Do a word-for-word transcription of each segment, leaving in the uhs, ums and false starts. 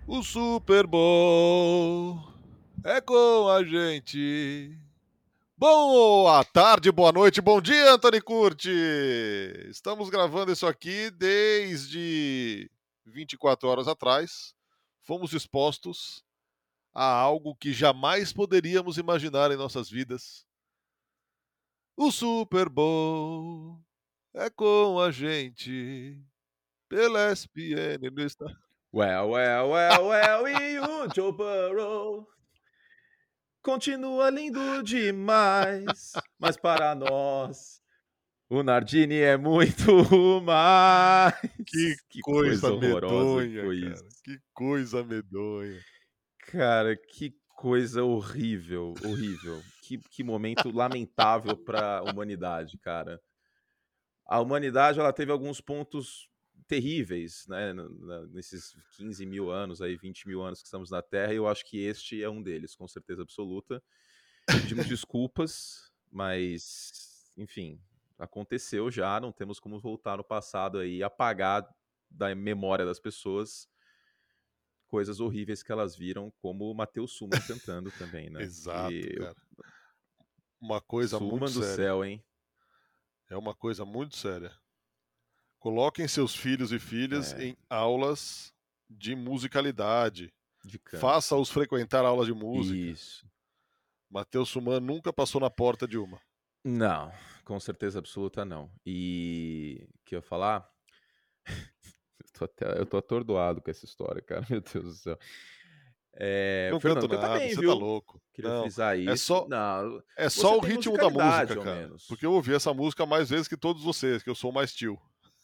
O Super Bowl é com a gente. Boa tarde, boa noite, bom dia, Anthony Curti! Estamos gravando isso aqui desde vinte e quatro horas atrás. Fomos expostos a algo que jamais poderíamos imaginar em nossas vidas. O Super Bowl é com a gente. Pela S P N no está... Well, well, well, well, e o Joe Burrow continua lindo demais, mas para nós o Nardini é muito Que mais. Que coisa coisa horrorosa que medonha, foi isso. cara. Que coisa medonha. Cara, que coisa horrível, horrível. Que, que momento lamentável para a humanidade, cara. A humanidade ela teve alguns pontos terríveis, né, na- na- nesses quinze mil anos, aí, vinte mil anos que estamos na Terra, e eu acho que este é um deles, com certeza absoluta. Pedimos desculpas, mas, enfim, aconteceu já, não temos como voltar no passado aí e apagar da memória das pessoas coisas horríveis que elas viram, como o Matheus Suman cantando também, né? Exato, Que eu- cara. Uma coisa muito Suman do séria. céu, hein? É uma coisa muito séria. Coloquem seus filhos e filhas É, em aulas de musicalidade. de canto. Faça-os frequentar aulas de música. Isso. Matheus Suman nunca passou na porta de uma. Não, com certeza absoluta não. E o que eu ia falar? Eu tô, até, eu tô atordoado com essa história, cara. Meu Deus do céu. É, Não Fernando, canto canta nada, bem, você tá viu? louco. Queria Não, frisar é isso. só Não, é você só o tem ritmo da música, musicalidade, ao cara. menos. Porque eu ouvi essa música mais vezes que todos vocês, que eu sou mais tio.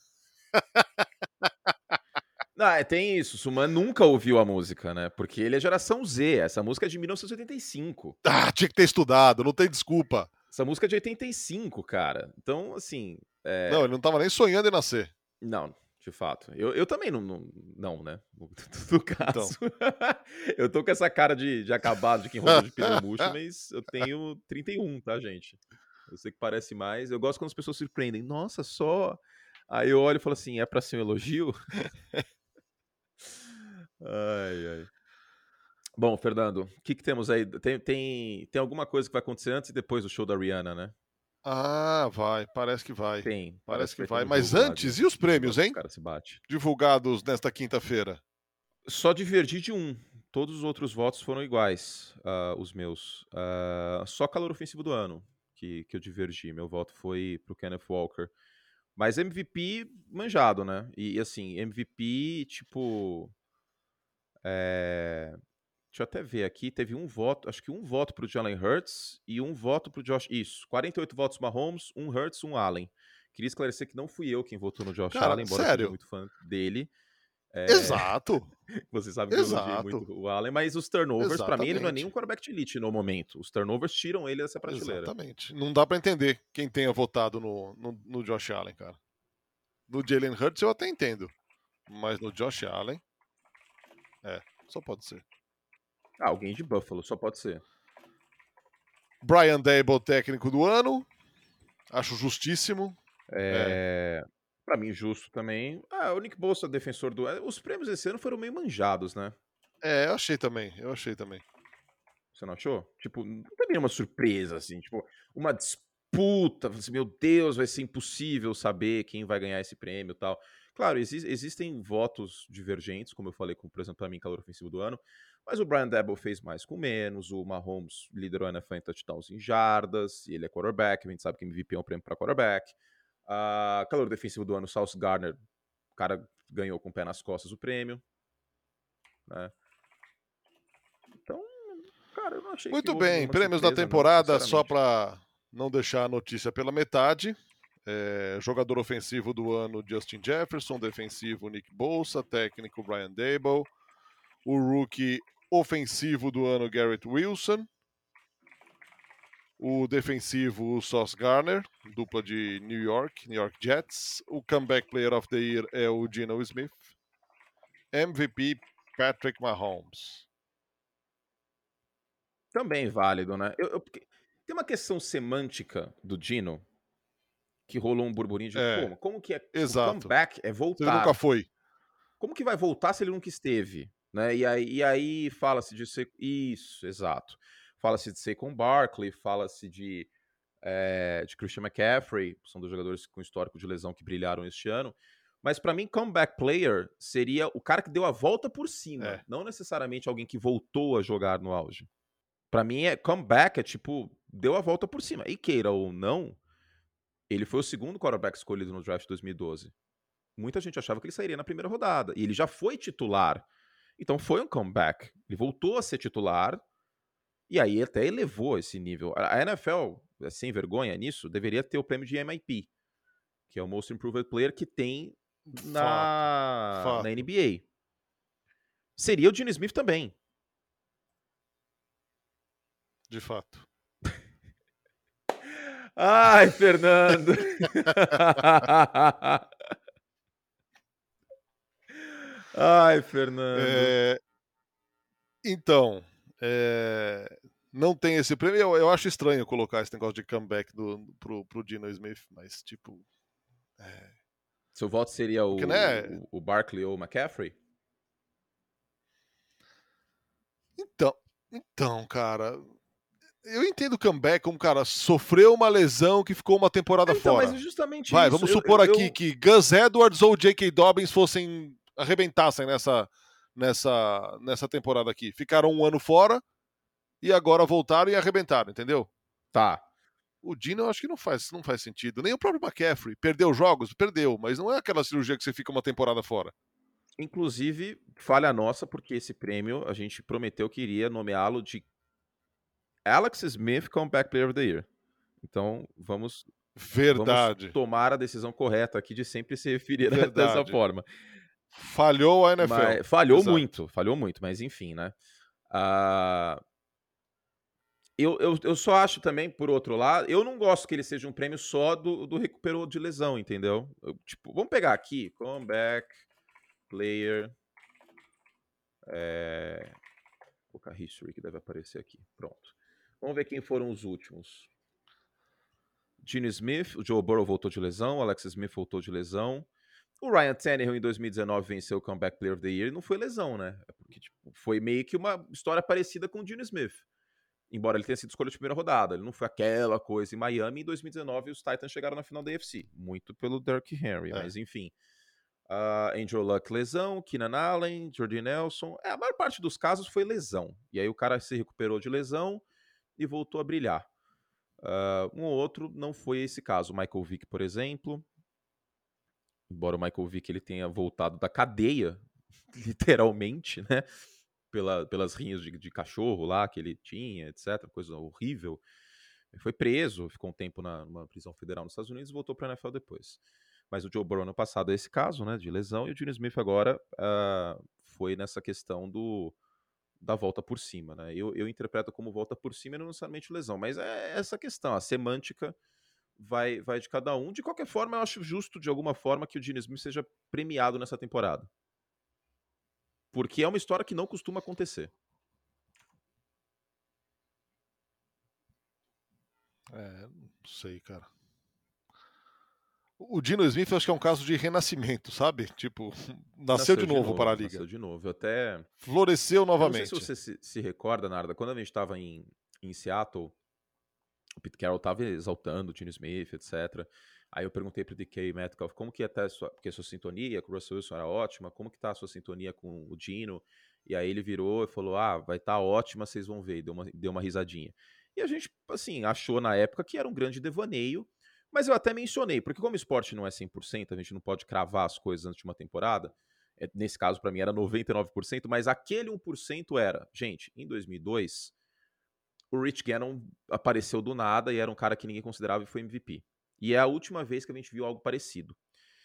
Não, é, tem isso. Suman nunca ouviu a música, né? Porque ele é geração Z. Essa música é de mil novecentos e oitenta e cinco. Ah, tinha que ter estudado, não tem desculpa. Essa música é de oitenta e cinco, cara. Então, assim, Não, é, ele não tava nem sonhando em nascer. não, de fato. Eu, eu também não, não, não, né? No, no Então. caso. Eu tô com essa cara de, de acabado, de quem rodou de pneu murcho, mas eu tenho trinta e um, tá, gente? Eu sei que parece mais. Eu gosto quando as pessoas surpreendem. Nossa, só. Aí eu olho e falo assim: é pra ser um elogio? Ai, ai. Bom, Fernando, o que, que temos aí? Tem, tem, tem alguma coisa que vai acontecer antes e depois do show da Rihanna, né? Ah, vai, parece que vai. Tem. Parece Parece que que vai ter vai. um Mas jogo lá de, antes, e os de prêmios, negócio que os hein? caras se batem. Divulgados nesta quinta-feira. Só divergi de um. Todos os outros votos foram iguais, ah, os meus. Ah, só calor ofensivo do ano que, que eu divergi. Meu voto foi pro Kenneth Walker. Mas M V P manjado, né? E, e assim, M V P, tipo. é, Deixa eu até ver aqui. Teve um voto, acho que um voto pro Jalen Hurts e um voto pro Josh. Isso, quarenta e oito votos Mahomes, um Hurts, um Allen. Queria esclarecer que não fui eu quem votou no Josh Cara, Allen, embora eu seja sério. muito fã dele. É, Exato. Você sabe que eu elogiei muito Exato. o Allen, mas os turnovers, pra mim, ele não é nem um Exatamente. quarterback de elite no momento. Os turnovers tiram ele dessa prateleira. Exatamente. Não dá pra entender quem tenha votado no, no, no Josh Allen, cara. No Jalen Hurts eu até entendo. Mas no Josh Allen, é, só pode ser. Ah, alguém de Buffalo, só pode ser. Brian Dable, técnico do ano. Acho justíssimo. É. É... Pra mim, justo também. Ah, o Nick Bosa, defensor do. Os prêmios esse ano foram meio manjados, né? É, eu achei também. Eu achei também. Você não achou? Tipo, não tem nenhuma surpresa, assim. Tipo, uma disputa. Assim, meu Deus, vai ser impossível saber quem vai ganhar esse prêmio e tal. Claro, exi- existem votos divergentes, como eu falei, com, por exemplo, para mim, calor ofensivo do ano. Mas o Brian Dabble fez mais com menos. O Mahomes liderou a N F L em touchdowns em jardas. E ele é quarterback. A gente sabe que M V P é um prêmio para quarterback. Uh, calor defensivo do ano, Sauce Gardner. O cara ganhou com o pé nas costas o prêmio. Né? Então, cara, eu não achei que Muito houve bem, nenhuma prêmios da surpresa, não, temporada, só sinceramente. para não deixar a notícia pela metade. É, jogador ofensivo do ano, Justin Jefferson. Defensivo, Nick Bosa. Técnico, Brian Dable. O rookie ofensivo do ano, Garrett Wilson. O defensivo, Sauce Gardner, dupla de New York, New York Jets. O comeback player of the year é o Geno Smith. M V P, Patrick Mahomes. Também válido, né? Eu, eu- porque tem uma questão semântica do Dino que rolou um burburinho de É, como? Como que é? O exato. comeback é Ele nunca voltar. foi. Como que vai voltar se ele nunca esteve? Né? E aí, e aí fala-se de... Ser... Isso, exato. Fala-se de Saquon Barkley, fala-se de, é, de Christian McCaffrey, são dois jogadores com histórico de lesão que brilharam este ano. Mas para mim, comeback player seria o cara que deu a volta por cima, É. não necessariamente alguém que voltou a jogar no auge. Para mim, é comeback é tipo, deu a volta por cima. E queira ou não, ele foi o segundo quarterback escolhido no draft de dois mil e doze. Muita gente achava que ele sairia na primeira rodada. E ele já foi titular. Então foi um comeback. Ele voltou a ser titular. E aí até elevou esse nível. A N F L, sem vergonha nisso, deveria ter o prêmio de M I P, que é o Most Improved Player que tem na, Fato, fato. na N B A. Seria o Gene Smith também. De fato. Ai, Fernando. Ai, Fernando. É... Então, é... não tem esse prêmio. Eu, eu acho estranho colocar esse negócio de comeback do, pro, pro Geno Smith, mas tipo... É... Seu voto seria o, Porque, né? o, o Barkley ou o McCaffrey? Então, então, cara... Eu entendo o comeback como, cara, sofreu uma lesão que ficou uma temporada Então, fora. mas é justamente Vai, isso. vamos Eu, supor eu, aqui eu... que Gus Edwards ou J K. Dobbins fossem arrebentassem nessa, nessa, nessa temporada aqui. Ficaram um ano fora e agora voltaram e arrebentaram, entendeu? Tá. O Dino eu acho que não faz, não faz sentido. Nem o próprio McCaffrey. Perdeu jogos? Perdeu, mas não é aquela cirurgia que você fica uma temporada fora. Inclusive, falha nossa, porque esse prêmio a gente prometeu que iria nomeá-lo de Alex Smith Comeback Player of the Year. Então, vamos, Verdade. vamos tomar a decisão correta aqui de sempre se referir Verdade. dessa forma. Falhou a N F L. Mas, falhou Exato. muito, falhou muito, mas enfim, né? Uh, eu, eu, eu só acho também, por outro lado, eu não gosto que ele seja um prêmio só do, do recuperou de lesão, entendeu? Eu, tipo, vamos pegar aqui, Comeback Player... É... Vou colocar History, que deve aparecer aqui. Pronto. Vamos ver quem foram os últimos. Gene Smith, o Joe Burrow voltou de lesão, o Alex Smith voltou de lesão. O Ryan Tannehill, em dois mil e dezenove, venceu o Comeback Player of the Year e não foi lesão, né? É porque tipo, foi meio que uma história parecida com o Gene Smith. Embora ele tenha sido escolha de primeira rodada. Ele não foi aquela coisa em Miami. Em dois mil e dezenove, os Titans chegaram na final da A F C. Muito pelo Derrick Henry, é. Mas enfim. Uh, Andrew Luck, lesão. Keenan Allen, Jordy Nelson. É, a maior parte dos casos foi lesão. E aí o cara se recuperou de lesão e voltou a brilhar. Uh, um ou outro não foi esse caso. O Michael Vick, por exemplo. Embora o Michael Vick ele tenha voltado da cadeia, literalmente, né? Pela, pelas rinhas de, de cachorro lá que ele tinha, etcétera. Coisa horrível. Ele foi preso, ficou um tempo na, numa prisão federal nos Estados Unidos e voltou para a N F L depois. Mas o Joe Burrow no passado é esse caso, né, de lesão, e o Gene Smith agora uh, foi nessa questão do, da volta por cima, né? Eu, eu interpreto como volta por cima e não necessariamente lesão, mas é essa questão, a semântica vai, vai de cada um. De qualquer forma, eu acho justo, de alguma forma, que o Gene Smith seja premiado nessa temporada. Porque é uma história que não costuma acontecer. É, não sei, cara. O Geno Smith eu acho que é um caso de renascimento, sabe? Tipo, nasceu, nasceu de, novo de novo para a liga. Nasceu de novo, até... Floresceu novamente. Eu não sei se você se, se recorda, Narda, quando a gente estava em, em Seattle, o Pete Carroll estava exaltando o Geno Smith, etcétera. Aí eu perguntei pro D K Metcalf como que até sua, porque a sua sintonia com o Russell Wilson era ótima, como que tá a sua sintonia com o Geno? E aí ele virou e falou, ah, vai estar tá ótima, vocês vão ver, e deu uma, deu uma risadinha. E a gente, assim, achou na época que era um grande devaneio, mas eu até mencionei, porque como o esporte não é cem por cento, a gente não pode cravar as coisas antes de uma temporada, é, nesse caso para mim era noventa e nove por cento, mas aquele um por cento era, gente, em dois mil e dois, o Rich Gannon apareceu do nada e era um cara que ninguém considerava e foi M V P. E é a última vez que a gente viu algo parecido.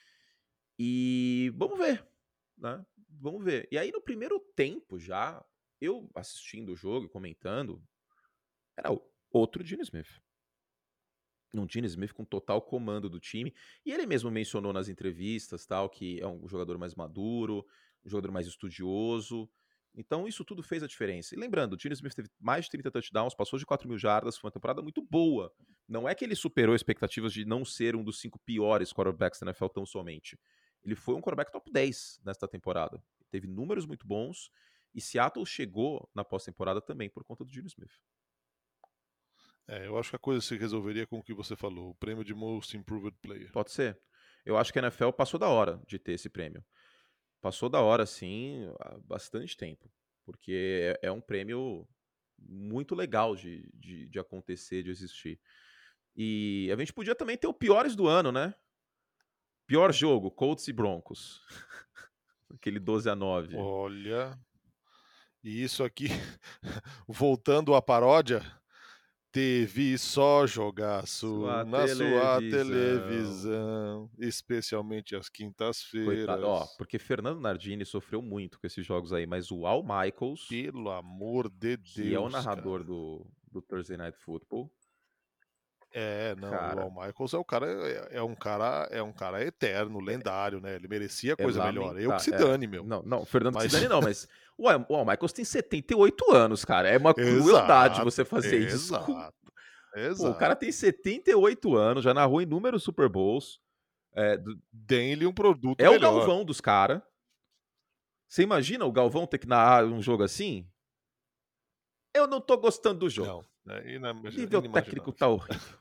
E vamos ver, né? Vamos ver. E aí no primeiro tempo já, eu assistindo o jogo, comentando, era outro Gene Smith. Um Gene Smith com total comando do time. E ele mesmo mencionou nas entrevistas, tal, que é um jogador mais maduro, um jogador mais estudioso. Então isso tudo fez a diferença. E lembrando, o Gene Smith teve mais de trinta touchdowns, passou de quatro mil jardas, foi uma temporada muito boa. Não é que ele superou expectativas de não ser um dos cinco piores quarterbacks da N F L tão somente. Ele foi um quarterback top dez nesta temporada. Teve números muito bons E Seattle chegou na pós-temporada também por conta do Geno Smith. É, eu acho que a coisa se resolveria com o que você falou, o prêmio de Most Improved Player. Pode ser. Eu acho que a N F L passou da hora de ter esse prêmio. Passou da hora, sim, há bastante tempo. Porque é, é um prêmio muito legal de, de, de acontecer, de existir. E a gente podia também ter o piores do ano, né? Pior jogo, Colts e Broncos. Aquele doze a nove. Olha, e isso aqui, voltando à paródia, teve só jogaço Sua na sua televisão. televisão, especialmente às Coitado, quintas-feiras. ó, porque Fernando Nardini sofreu muito com esses jogos aí, mas o Al Michaels, Pelo amor de que é o Deus, narrador cara. do, do Thursday Night Football, É, não, o Al cara, Michaels é o cara, é, é um cara, é um cara eterno, lendário, né? Ele merecia é coisa melhor. Eu que se lamentável. É, dane, meu. não, não, Fernando Mas Cidani não, mas o Al, o Al Michaels tem setenta e oito anos, cara. É uma crueldade exato, você fazer isso com... exato, Pô, o cara exato. tem setenta e oito anos, já narrou inúmeros Super Bowls. É, do- Deem-lhe um produto é o melhor. Galvão dos caras. Você imagina o Galvão ter que narrar um jogo assim? Eu não tô gostando do jogo. Não, é inima- O nível técnico tá inimaginável. horrível.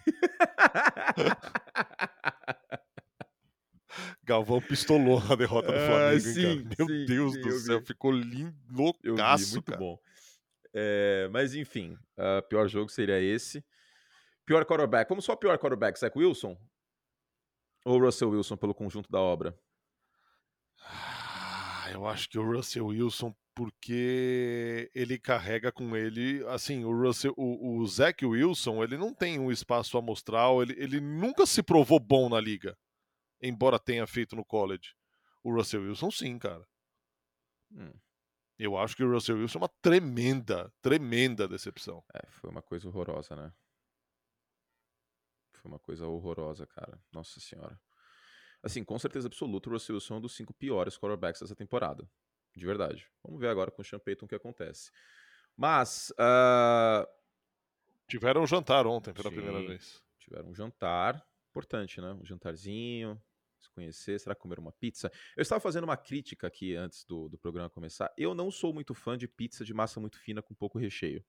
Galvão pistolou a derrota do Ah, Flamengo, hein, cara? sim, Meu sim, Deus sim, do eu céu, vi. ficou lindo, Eu vi, loucaço, muito cara. bom. É, mas enfim, o pior jogo seria esse. Pior quarterback. Como só o pior quarterback? Zach Wilson? Ou Russell Wilson pelo conjunto da obra? Ah, eu acho que o Russell Wilson, porque ele carrega com ele, assim, o Russell, o, o Zach Wilson, ele não tem um espaço amostral, ele, ele nunca se provou bom na liga, embora tenha feito no college. O Russell Wilson, sim, cara. Hum, Eu acho que o Russell Wilson é uma tremenda, tremenda decepção. é, foi uma coisa horrorosa, né? Foi uma coisa horrorosa, cara. Nossa senhora. Assim, com certeza absoluta, o Russell Wilson é um dos cinco piores quarterbacks dessa temporada. De verdade. Vamos ver agora com o Sean Payton o que acontece. Mas, uh... Tiveram um jantar ontem pela sim, primeira vez. tiveram um jantar. Importante, né? Um jantarzinho, se conhecer. Será que comeram uma pizza? Eu estava fazendo uma crítica aqui antes do, do programa começar. Eu não sou muito fã de pizza de massa muito fina com pouco recheio.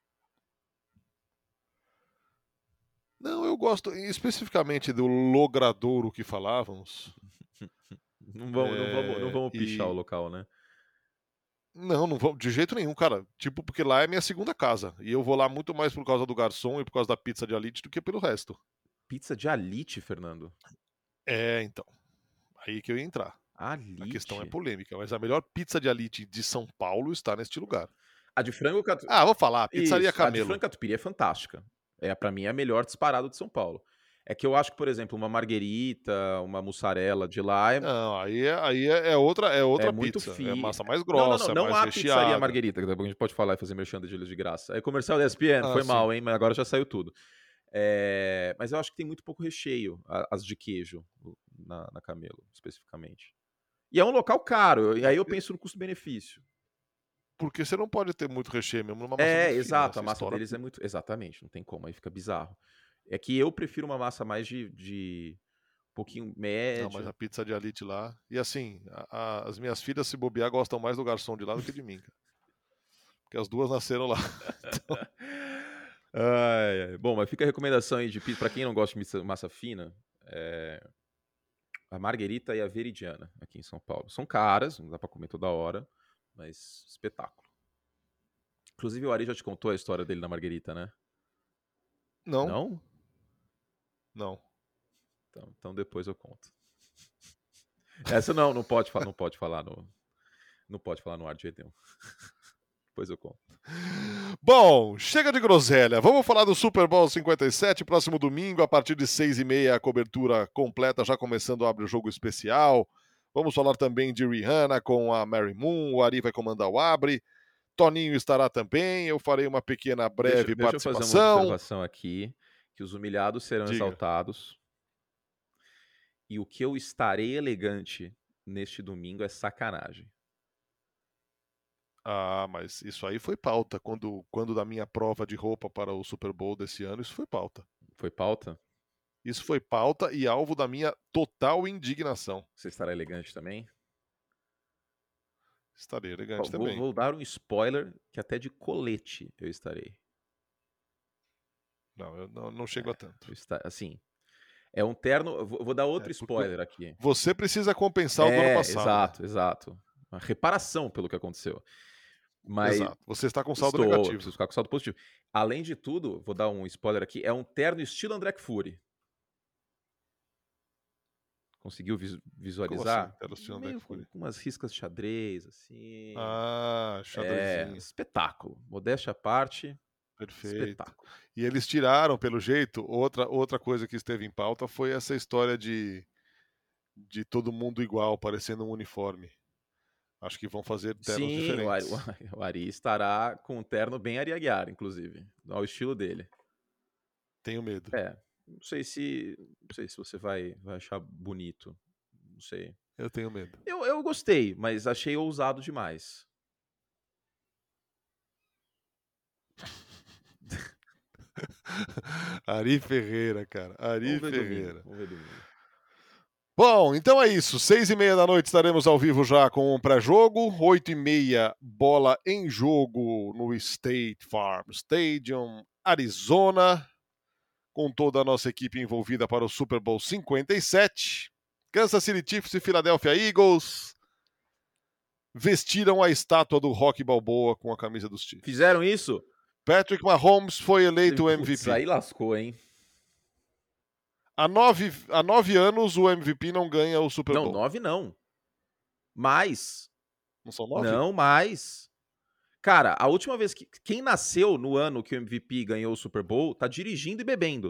Não, eu gosto especificamente do logradouro que falávamos. Não vamos, não vamos, não É, vamos pichar o e local, né? não, não vou de jeito nenhum, cara. Tipo, porque lá é minha segunda casa. E eu vou lá muito mais por causa do garçom e por causa da pizza de Alite do que pelo resto. Pizza de Alite, Fernando. É, então. Aí que eu ia entrar. A questão é Alite? polêmica, mas a melhor pizza de Alite de São Paulo está neste lugar. A de frango catu... Ah, vou falar, Pizzaria Isso, a de frango Camelo. catupiry é fantástica. É, pra mim, é a melhor disparada de São Paulo. É que eu acho que, por exemplo, uma marguerita, uma mussarela de lá é, Não, aí é, aí é, é outra, é é outra muito pizza. É fi... massa mais Não, não, não, grossa, é não mais a pizzaria recheada. marguerita, que depois a gente pode falar e fazer merchan de ilhas de graça. É comercial da E S P N, Ah, foi sim. mal, hein? Mas agora já saiu tudo. É... Mas eu acho que tem muito pouco recheio, as de queijo, na, na Camelo, especificamente. E é um local caro, e aí eu penso no custo-benefício. Porque você não pode ter muito recheio mesmo numa massa É, muito fina, né? exato, Você a massa estoura deles é tudo. muito. Exatamente, não tem como, aí fica bizarro. É que eu prefiro uma massa mais de, de um pouquinho Não, mas média. a pizza de Alite lá. E assim, a- a- as minhas filhas, se bobear, gostam mais do garçom de lá do que de mim, cara. Porque as duas nasceram lá. Então, Ai, ai. Bom, mas fica a recomendação aí de pizza. Pra quem não gosta de massa, massa fina, é a Marguerita e a Veridiana, aqui em São Paulo. São caras, não dá pra comer toda hora, mas espetáculo. Inclusive, o Ari já te contou a história dele na Marguerita, né? não, Não? não. Então, então depois eu conto. Essa não, não pode, fa- não pode falar no. Não pode falar no ar de jeito nenhum. Depois eu conto. Bom, chega de groselha. Vamos falar do Super Bowl cinquenta e sete, próximo domingo, a partir de seis e meia, a cobertura completa, já começando a abrir o jogo especial. Vamos falar também de Rihanna com a Mary Moon, o Ari vai comandar o Abre. Toninho estará também, eu farei uma pequena Deixa, breve deixa eu fazer uma participação. observação aqui, que os humilhados serão Diga. exaltados. E o que eu estarei elegante neste domingo é sacanagem. Ah, mas isso aí foi pauta. Quando, quando da minha prova de roupa para o Super Bowl desse ano, isso foi pauta. Foi pauta? Isso foi pauta e alvo da minha total indignação. Você estará elegante também? Estarei Ó, elegante vou, também. vou dar um spoiler que até de colete eu estarei. Não, eu não, não chego É, a tanto. eu esta- assim, é um terno. eu Vou, vou dar É, outro porque spoiler aqui. você precisa compensar o do ano É, passado, né? exato, exato. Uma reparação pelo que aconteceu. Mas Exato. Você está com saldo estou, eu negativo. preciso ficar com saldo positivo. Além de tudo, vou dar um spoiler aqui, é um terno estilo André Fury. Conseguiu vis- Como assim? visualizar? Tela Steel Deck Meio com, Fury. com umas riscas de xadrez, assim. Ah, É, xadrezinho. espetáculo. Modéstia à parte, Perfeito. espetáculo. E eles tiraram, pelo jeito, outra, outra coisa que esteve em pauta foi essa história de, de todo mundo igual, parecendo um uniforme. Acho que vão fazer ternos Sim, o Ari, o diferentes. Ari- o Ari estará com um terno bem Ari Aguiar, inclusive, ao estilo dele. Tenho medo. É, não sei se, não sei se você vai, vai achar bonito, não sei. Eu tenho medo. Eu, eu gostei, mas achei ousado demais. Ari Ferreira, cara. Ari Vamos ver domingo, Ferreira. vamos ver domingo. Bom, então é isso. Seis e meia da noite estaremos ao vivo já com o pré-jogo. Oito e meia, bola em jogo no State Farm Stadium, Arizona, com toda a nossa equipe envolvida para o Super Bowl cinquenta e sete. Kansas City Chiefs e Philadelphia Eagles vestiram a estátua do Rocky Balboa com a camisa dos Chiefs. Fizeram isso? Patrick Mahomes foi eleito Putz, M V P. aí lascou, hein? Há nove, há nove anos o M V P não ganha o Super Não, Bowl. nove não. Mais. Não são nove? Não, mais. Cara, a última vez que. Quem nasceu no ano que o M V P ganhou o Super Bowl tá dirigindo e bebendo.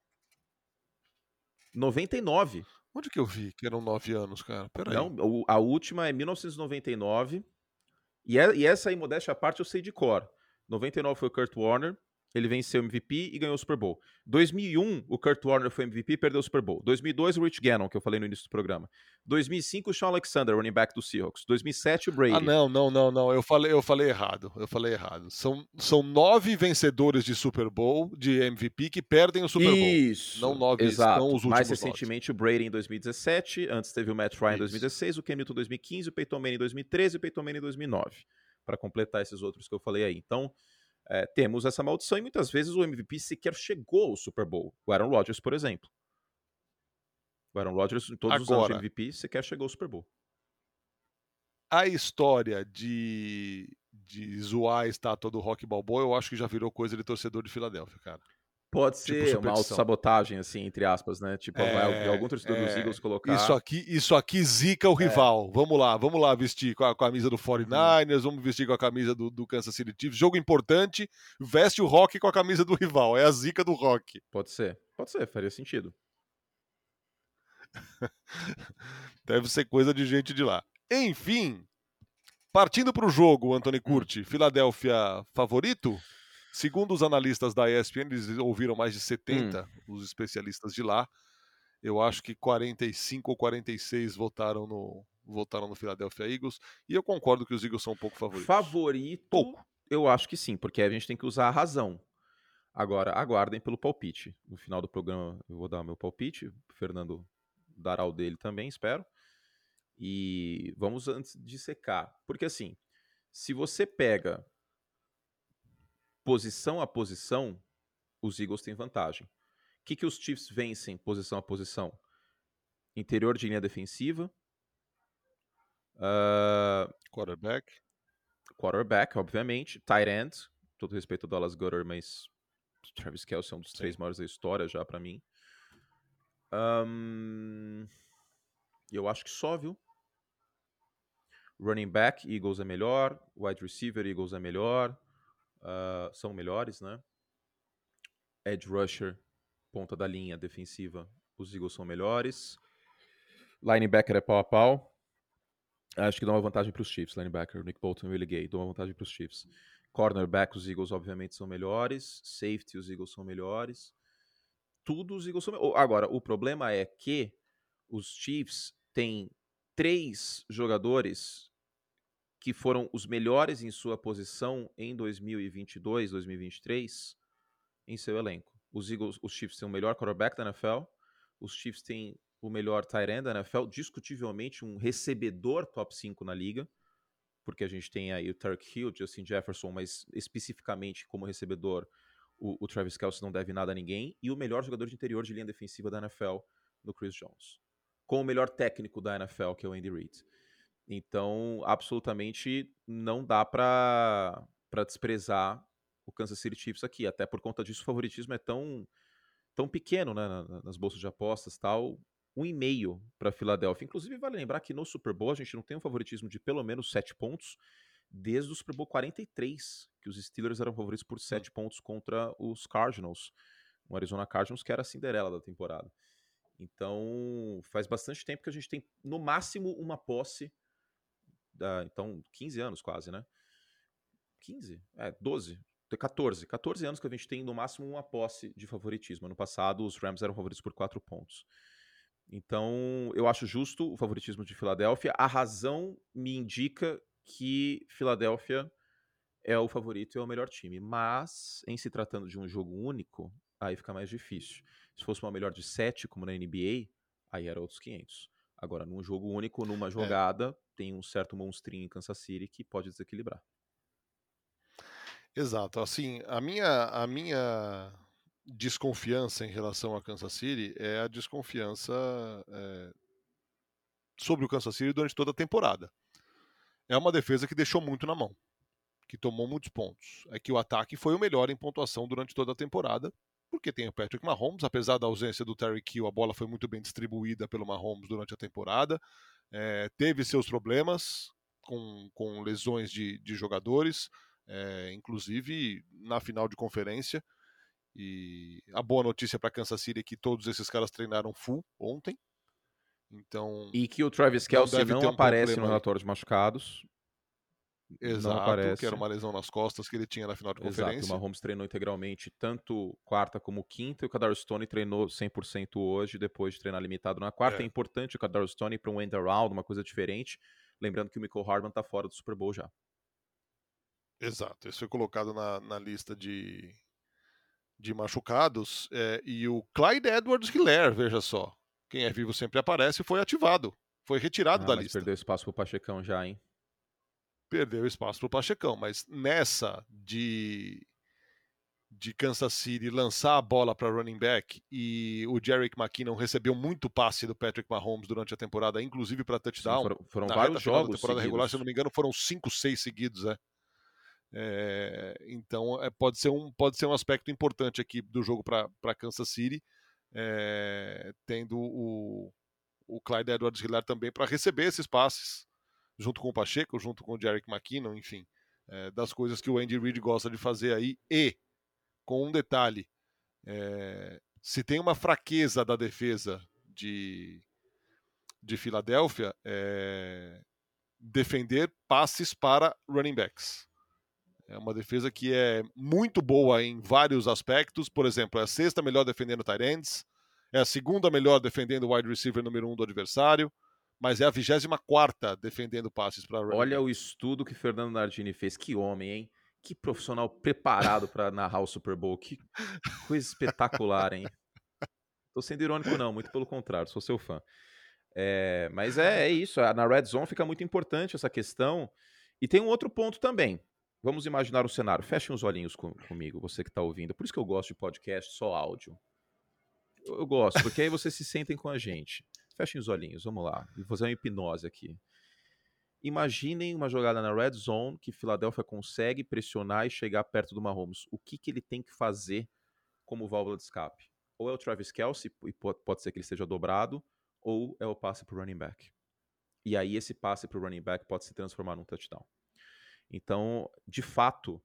noventa e nove. Onde que eu vi que eram nove anos, cara? Peraí. Não, o- a última é mil novecentos e noventa e nove. E, é- e essa aí, modéstia à parte, eu sei de cor. noventa e nove foi o Kurt Warner. Ele venceu o M V P e ganhou o Super Bowl. dois mil e um, o Kurt Warner foi M V P e perdeu o Super Bowl. dois mil e dois, o Rich Gannon, que eu falei no início do programa. dois mil e cinco, o Sean Alexander, running back do Seahawks. dois mil e sete, o Ah, Brady. não, não, não, não. Eu falei, eu falei errado. Eu falei errado. São, são nove vencedores de Super Bowl, de M V P, que perdem o Super Bowl. Isso, Não nove, exato. não os últimos Mais nove. recentemente, o Brady em dois mil e dezessete. Antes teve o Matt Ryan em Isso. dois mil e dezesseis, o Cam Newton em dois mil e quinze, o Peyton Manning em dois mil e treze e o Peyton Manning em dois mil e nove. Para completar esses outros que eu falei aí. Então, é, temos essa maldição e muitas vezes o M V P sequer chegou ao Super Bowl. O Aaron Rodgers, por exemplo. O Aaron Rodgers, em todos os anos de Agora, M V P, sequer chegou ao Super Bowl. a história de, de zoar a estátua do Rocky Balboa, eu acho que já virou coisa de torcedor de Filadélfia, cara. Pode Tipo ser uma superstição. autossabotagem, assim, entre aspas, né? Tipo, vai É, algum torcedor dos é, Eagles colocar. isso aqui, isso aqui zica o rival. Vamos lá, vamos lá vestir com a camisa do forty-niners, vamos vestir com a camisa do, do Kansas City Chiefs. Jogo importante, veste o Rock com a camisa do rival. É a zica do Rock. Pode ser, pode ser, faria sentido. Deve ser coisa de gente de lá. Enfim, partindo para o jogo, Anthony Curti, Filadélfia favorito? Segundo os analistas da E S P N, eles ouviram mais de setenta, Hum. os especialistas de lá. Eu acho que quarenta e cinco ou quarenta e seis votaram no, votaram no Philadelphia Eagles. E eu concordo que os Eagles são um pouco favoritos. Favorito, Pouco. eu acho que sim, porque a gente tem que usar a razão. Agora, aguardem pelo palpite. No final do programa eu vou dar o meu palpite, o Fernando dará o dele também, espero. E vamos antes de secar. Porque assim, se você pega posição a posição, os Eagles têm vantagem. O que, que os Chiefs vencem posição a posição? Interior de linha defensiva. Uh, Quarterback. quarterback, obviamente. Tight end. Todo respeito ao Dallas Goedert, mas Travis Kelce é um dos Sim. três maiores da história já pra mim. Um, eu acho que só, viu? Running back, Eagles é melhor. Wide receiver, Eagles é melhor. Uh, são melhores, né? Edge rusher, ponta da linha defensiva, os Eagles são melhores. Linebacker é pau a pau. Acho que dá uma vantagem para os Chiefs. Linebacker, Nick Bolton e Willie Gay, dá uma vantagem para os Chiefs. Cornerback, os Eagles obviamente são melhores. Safety, os Eagles são melhores. Tudo os Eagles são melhores. Agora, o problema é que os Chiefs têm três jogadores que foram os melhores em sua posição em dois mil e vinte e dois, dois mil e vinte e três em seu elenco. Os Eagles, os Chiefs têm o melhor quarterback da N F L. Os Chiefs têm o melhor tight end da N F L, discutivelmente um recebedor top cinco na liga, porque a gente tem aí o Tyreek Hill, Justin Jefferson, mas especificamente como recebedor, o, o Travis Kelce não deve nada a ninguém, e o melhor jogador de interior de linha defensiva da N F L, no Chris Jones. Com o melhor técnico da N F L, que é o Andy Reid. Então, absolutamente não dá pra, pra desprezar o Kansas City Chiefs aqui, até por conta disso o favoritismo é tão, tão pequeno, né, nas bolsas de apostas e tal, um e meio para Filadélfia. Inclusive, vale lembrar que no Super Bowl a gente não tem um favoritismo de pelo menos sete pontos desde o Super Bowl quarenta e três, que os Steelers eram favoritos por sete hum. pontos contra os Cardinals, o Arizona Cardinals, que era a Cinderela da temporada. Então, faz bastante tempo que a gente tem, no máximo, uma posse, da, então, quinze anos quase, né? quinze? É, doze. quatorze. quatorze anos que a gente tem, no máximo, uma posse de favoritismo. Ano passado, os Rams eram favoritos por quatro pontos. Então, eu acho justo o favoritismo de Filadélfia. A razão me indica que Filadélfia é o favorito e é o melhor time. Mas, em se tratando de um jogo único, aí fica mais difícil. Se fosse uma melhor de sete, como na N B A, aí era outros quinhentos. Agora, num jogo único, numa jogada, é. tem um certo monstrinho em Kansas City que pode desequilibrar. Exato. Assim, a minha, a minha desconfiança em relação a Kansas City é a desconfiança é, sobre o Kansas City durante toda a temporada. É uma defesa que deixou muito na mão, que tomou muitos pontos. É que o ataque foi o melhor em pontuação durante toda a temporada, porque tem o Patrick Mahomes, apesar da ausência do Tyreek Hill, a bola foi muito bem distribuída pelo Mahomes durante a temporada. É, teve seus problemas com, com lesões de, de jogadores, é, inclusive na final de conferência. E a boa notícia para Kansas City é que todos esses caras treinaram full ontem. Então, e que o Travis Kelce não, não um aparece no relatório aí de machucados. Exato, não aparece. Que era uma lesão nas costas que ele tinha na final de Exato, conferência. Exato, o Mahomes treinou integralmente tanto quarta como quinta, e o Kadarius Toney treinou cem por cento hoje, depois de treinar limitado na quarta. É, é importante o Kadarius Toney para um end around, uma coisa diferente. Lembrando que o Mecole Hardman está fora do Super Bowl já. Exato, esse foi colocado na, na lista de, de machucados. É, e o Clyde Edwards-Helaire, veja só, quem é vivo sempre aparece, foi ativado. Foi retirado ah, da mas lista. Perdeu espaço pro Pachecão já, hein? Perdeu espaço pro Pachecão, mas nessa de, de Kansas City lançar a bola para running back e o Jerick McKinnon recebeu muito passe do Patrick Mahomes durante a temporada, inclusive para touchdown. Sim, foram foram na vários reta final jogos da temporada seguidos. regular, se eu não me engano, foram cinco, seis seguidos, né? É, então é, pode, ser um, pode ser um aspecto importante aqui do jogo para Kansas City, é, tendo o, o Clyde Edwards-Helaire também para receber esses passes, junto com o Pacheco, junto com o Jerick McKinnon, enfim, é, das coisas que o Andy Reid gosta de fazer aí. E, com um detalhe, é, se tem uma fraqueza da defesa de, de Filadélfia, é defender passes para running backs. É uma defesa que é muito boa em vários aspectos. Por exemplo, é a sexta melhor defendendo tight ends, é a segunda melhor defendendo o wide receiver número um do adversário, mas é a vigésima quarta defendendo passes para running Olha backs. o estudo que Fernando Nardini fez. Que homem, hein? Que profissional preparado para narrar o Super Bowl. Que coisa espetacular, hein? Tô sendo irônico não, muito pelo contrário, sou seu fã. É, mas é, é isso, na Red Zone fica muito importante essa questão. E tem um outro ponto também. Vamos imaginar o cenário. Fechem os olhinhos com, comigo, você que está ouvindo. Por isso que eu gosto de podcast só áudio. Eu, eu gosto, porque aí vocês se sentem com a gente. Fechem os olhinhos, vamos lá. Vou fazer uma hipnose aqui. Imaginem uma jogada na Red Zone que Filadélfia consegue pressionar e chegar perto do Mahomes. O que, que ele tem que fazer como válvula de escape? Ou é o Travis Kelce, e pode ser que ele seja dobrado, ou é o passe para o running back. E aí esse passe para o running back pode se transformar num touchdown. Então, de fato,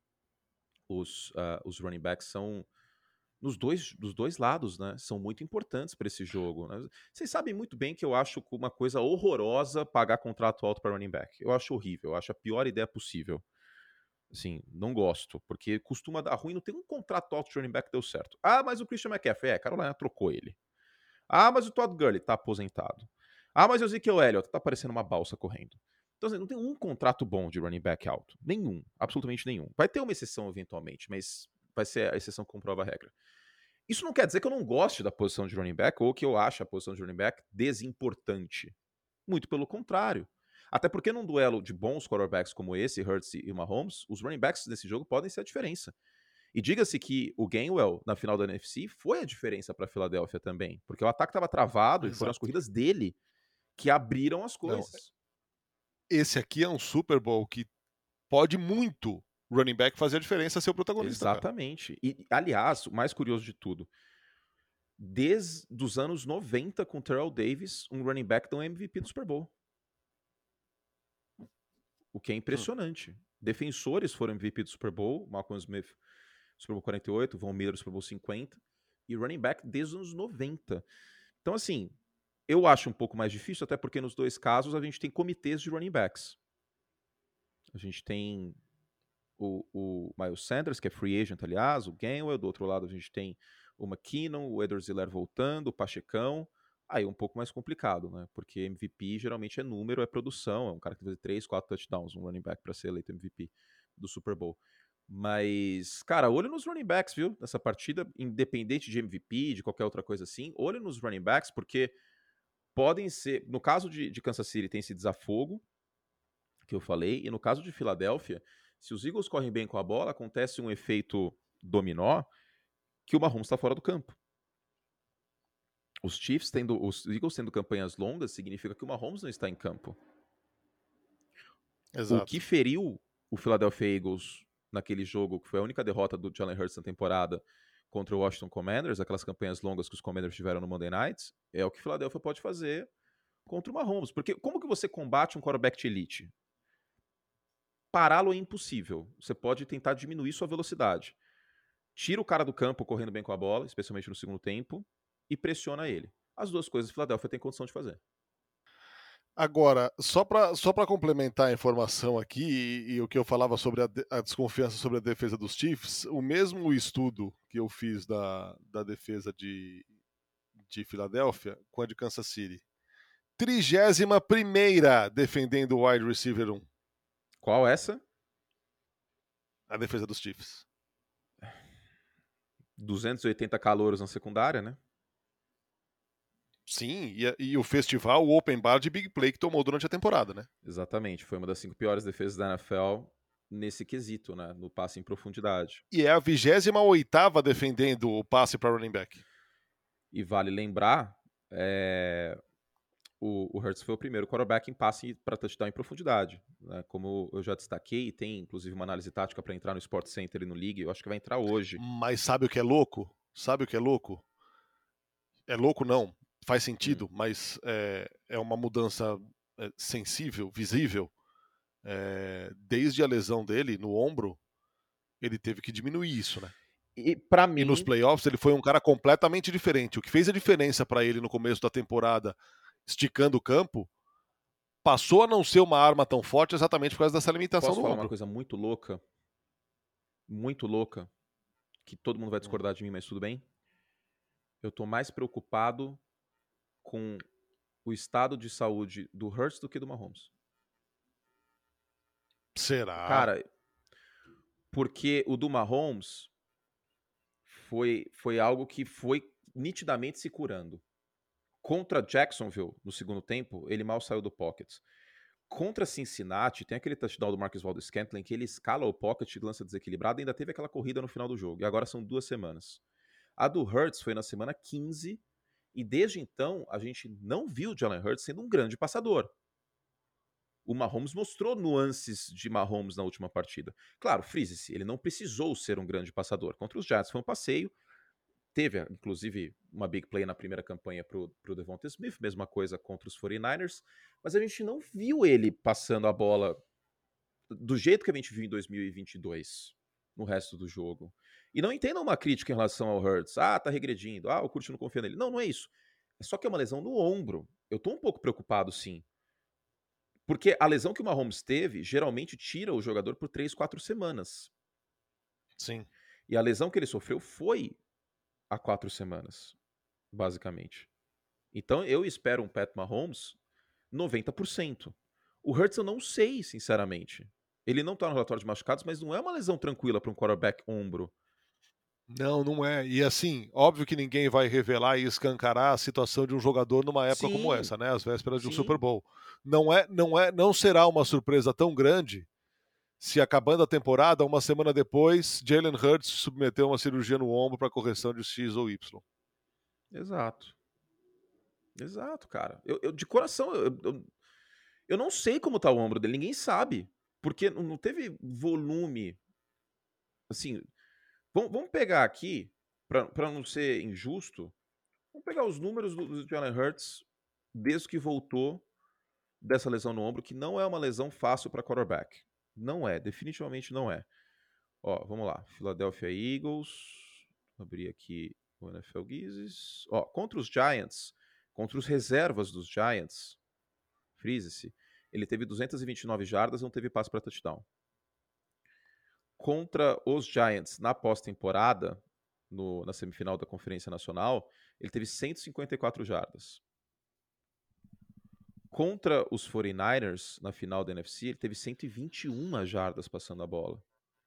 os, uh, os running backs são, nos dois, dos dois lados, né? São muito importantes para esse jogo. Né? Vocês sabem muito bem que eu acho uma coisa horrorosa pagar contrato alto para running back. Eu acho horrível, eu acho a pior ideia possível. Assim, não gosto, porque costuma dar ruim, não tem um contrato alto de running back que deu certo. Ah, mas o Christian McCaffrey, é, Carolina trocou ele. Ah, mas o Todd Gurley tá aposentado. Ah, mas o Ezekiel Elliott tá parecendo uma balsa correndo. Então, assim, não tem um contrato bom de running back alto. Nenhum. Absolutamente nenhum. Vai ter uma exceção eventualmente, mas vai ser a exceção que comprova a regra. Isso não quer dizer que eu não goste da posição de running back ou que eu ache a posição de running back desimportante. Muito pelo contrário. Até porque num duelo de bons quarterbacks como esse, Hurts e Mahomes, os running backs desse jogo podem ser a diferença. E diga-se que o Gainwell, na final da N F C, foi a diferença para a Filadélfia também. Porque o ataque estava travado e foram as Exato. corridas dele que abriram as Não, coisas. esse aqui é um Super Bowl que pode muito running back fazer a diferença ser o protagonista, cara. Exatamente. E, aliás, o mais curioso de tudo, desde os anos noventa com o Terrell Davis, um running back dá um M V P do Super Bowl. O que é impressionante. Hum. Defensores foram M V P do Super Bowl, Malcolm Smith, Super Bowl quarenta e oito, Von Miller, Super Bowl cinquenta, e running back desde os anos noventa. Então, assim, eu acho um pouco mais difícil, até porque nos dois casos a gente tem comitês de running backs. A gente tem o, o Miles Sanders, que é free agent, aliás, o Gainwell, do outro lado a gente tem o McKinnon, o Edwards-Helaire voltando, o Pachecão. Aí é um pouco mais complicado, né? Porque M V P geralmente é número, é produção, é um cara que vai fazer três, quatro touchdowns, um running back para ser eleito M V P do Super Bowl. Mas, cara, olho nos running backs, viu? Nessa partida, independente de M V P, de qualquer outra coisa assim, olho nos running backs, porque podem ser, no caso de, de Kansas City tem esse desafogo que eu falei, e no caso de Filadélfia, se os Eagles correm bem com a bola, acontece um efeito dominó que o Mahomes está fora do campo. Os Chiefs tendo, os Eagles tendo campanhas longas, significa que o Mahomes não está em campo. Exato. O que feriu o Philadelphia Eagles naquele jogo, que foi a única derrota do Jalen Hurts na temporada contra o Washington Commanders, aquelas campanhas longas que os Commanders tiveram no Monday Night, é o que o Philadelphia pode fazer contra o Mahomes. Porque como que você combate um quarterback de elite? Pará-lo é impossível. Você pode tentar diminuir sua velocidade. Tira o cara do campo correndo bem com a bola, especialmente no segundo tempo, e pressiona ele. As duas coisas o Philadelphia tem condição de fazer. Agora, só para só para complementar a informação aqui e, e o que eu falava sobre a, de, a, desconfiança sobre a defesa dos Chiefs, o mesmo estudo que eu fiz da, da defesa de, de Filadélfia com a de Kansas City. trigésima primeira defendendo o wide receiver um. Qual essa? A defesa dos Chiefs. duzentos e oitenta calouros na secundária, né? Sim, e, e o festival, o Open Bar de Big Play que tomou durante a temporada, né? Exatamente, foi uma das cinco piores defesas da N F L nesse quesito, né? No passe em profundidade. E é a vigésima oitava defendendo o passe para running back. E vale lembrar, é... o, o Hurts foi o primeiro quarterback em passe para touchdown em profundidade. Né? Como eu já destaquei, tem inclusive uma análise tática para entrar no Sport Center e no League, eu acho que vai entrar hoje. Mas sabe o que é louco? Sabe o que é louco? É louco não, faz sentido, hum. mas é, é uma mudança sensível, visível. É, desde a lesão dele no ombro, ele teve que diminuir isso, né? E, pra mim... e nos playoffs ele foi um cara completamente diferente. O que fez a diferença para ele no começo da temporada, esticando o campo, passou a não ser uma arma tão forte exatamente por causa dessa limitação Posso do falar ombro. uma coisa muito louca? Muito louca, que todo mundo vai discordar de mim, mas tudo bem? Eu tô mais preocupado com o estado de saúde do Hurts do que do Mahomes. Será? Cara, porque o do Mahomes foi, foi algo que foi nitidamente se curando. Contra Jacksonville, no segundo tempo, ele mal saiu do pocket. Contra Cincinnati, tem aquele touchdown do Marcus Valdes-Scantling que ele escala o pocket e lança desequilibrado, e ainda teve aquela corrida no final do jogo. E agora são duas semanas. A do Hurts foi na semana quinze, e desde então a gente não viu o Jalen Hurts sendo um grande passador. O Mahomes mostrou nuances de Mahomes na última partida. Claro, frise-se, ele não precisou ser um grande passador. Contra os Giants foi um passeio. Teve, inclusive, uma big play na primeira campanha para o Devonta Smith, mesma coisa contra os quarenta-niners, mas a gente não viu ele passando a bola do jeito que a gente viu em dois mil e vinte e dois, no resto do jogo. E não entendam uma crítica em relação ao Hurts. Ah, tá regredindo. Ah, o Curtis não confia nele. Não, não é isso. É só que é uma lesão no ombro. Eu tô um pouco preocupado, sim. Porque a lesão que o Mahomes teve, geralmente tira o jogador por três, quatro semanas. Sim. E a lesão que ele sofreu foi há quatro semanas, basicamente. Então eu espero um Pat Mahomes noventa por cento. O Hurts eu não sei, sinceramente. Ele não tá no relatório de machucados, mas não é uma lesão tranquila para um quarterback ombro. Não, não é. E assim, óbvio que ninguém vai revelar e escancarar a situação de um jogador numa época como Sim, essa, né, às vésperas de um Super sim. Bowl. Não é não é não será uma surpresa tão grande se acabando a temporada, uma semana depois, Jalen Hurts se submeteu a uma cirurgia no ombro para correção de X ou Y. Exato. Exato, cara. Eu eu de coração, eu eu eu não sei como tá o ombro dele, ninguém sabe, porque não não teve volume, assim, vamos vamos pegar aqui, pra pra não ser injusto, vamos pegar os números do do Jalen Hurts desde que voltou dessa lesão no ombro, que não é uma lesão fácil para quarterback. Não é, definitivamente não é. Ó, vamos lá. Philadelphia Eagles. Vou abrir aqui o N F L Guizes. Ó, contra os Giants, contra os reservas dos Giants, frise-se, ele teve duzentas e vinte e nove jardas, não teve passe para touchdown. Contra os Giants na pós-temporada, no- na semifinal da Conferência Nacional, ele teve cento e cinquenta e quatro jardas. Contra os quarenta e nine ers, na final da N F C, ele teve cento e vinte e uma jardas passando a bola.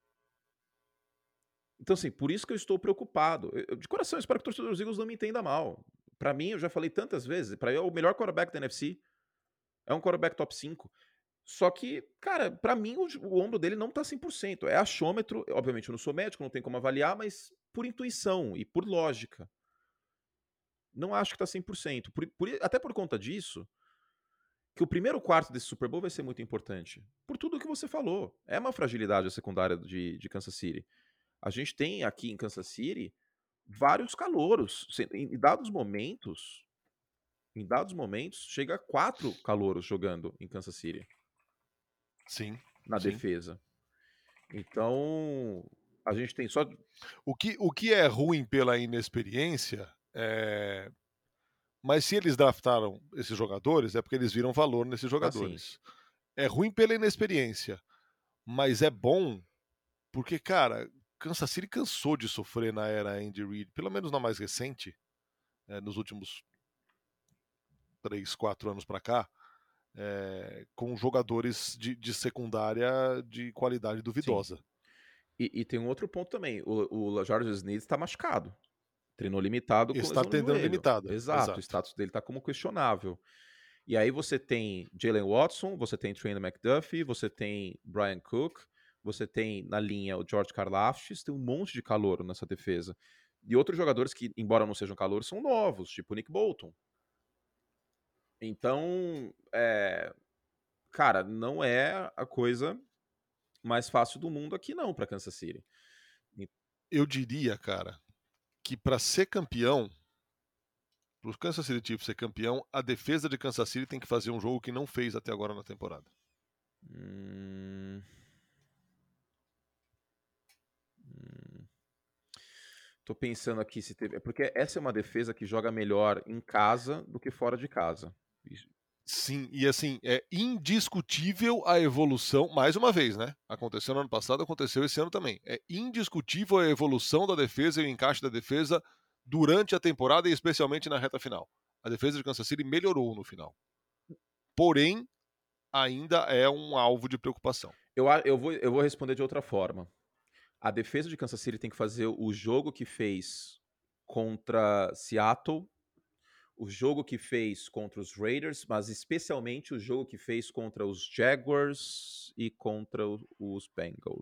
Então, assim, por isso que eu estou preocupado. Eu, de coração, eu espero que o torcedor dos Eagles não me entenda mal. Pra mim, eu já falei tantas vezes, pra mim é o melhor quarterback da N F C. É um quarterback top cinco. Só que, cara, pra mim o, o ombro dele não tá cem por cento. É achômetro. Obviamente, eu não sou médico, não tem como avaliar, mas por intuição e por lógica. Não acho que tá cem por cento. Por, por, até por conta disso, que o primeiro quarto desse Super Bowl vai ser muito importante. Por tudo o que você falou. É uma fragilidade a secundária de, de Kansas City. A gente tem aqui em Kansas City vários calouros. Se- Em dados momentos, em dados momentos, chega a quatro calouros jogando em Kansas City, Sim, na sim. defesa. Então, a gente tem só. O que, o que é ruim pela inexperiência é. Mas se eles draftaram esses jogadores, é porque eles viram valor nesses Assim, jogadores. É ruim pela inexperiência, mas é bom porque, cara, Kansas City cansou de sofrer na era Andy Reid, pelo menos na mais recente, é, nos últimos três, quatro anos para cá, é, com jogadores de, de secundária de qualidade sim. duvidosa. E, e tem um outro ponto também. O, o George Smith está machucado. Treinou limitado com Está lesão no tendendo joelho. limitada, Exato, o exato. status dele está como questionável. E aí você tem Jalen Watson, você tem Trent McDuffie, você tem Brian Cook, você tem na linha o George Karlaftis, tem um monte de calouro nessa defesa. E outros jogadores que, embora não sejam calouros, são novos, tipo o Nick Bolton. Então, é, cara, não é a coisa mais fácil do mundo aqui não para Kansas City. E- Eu diria, cara, que para ser campeão, para o Kansas City Chiefs ser campeão, a defesa de Kansas City tem que fazer um jogo que não fez até agora na temporada. Hum, hum, tô pensando aqui se teve. É porque essa é uma defesa que joga melhor em casa do que fora de casa. Isso- Sim, e assim, é indiscutível a evolução, mais uma vez, né? Aconteceu no ano passado, aconteceu esse ano também. É indiscutível a evolução da defesa e o encaixe da defesa durante a temporada e especialmente na reta final. A defesa de Kansas City melhorou no final. Porém, ainda é um alvo de preocupação. Eu, a- eu, vou, eu vou responder de outra forma. A defesa de Kansas City tem que fazer o jogo que fez contra Seattle, o jogo que fez contra os Raiders, mas especialmente o jogo que fez contra os Jaguars e contra o- os Bengals.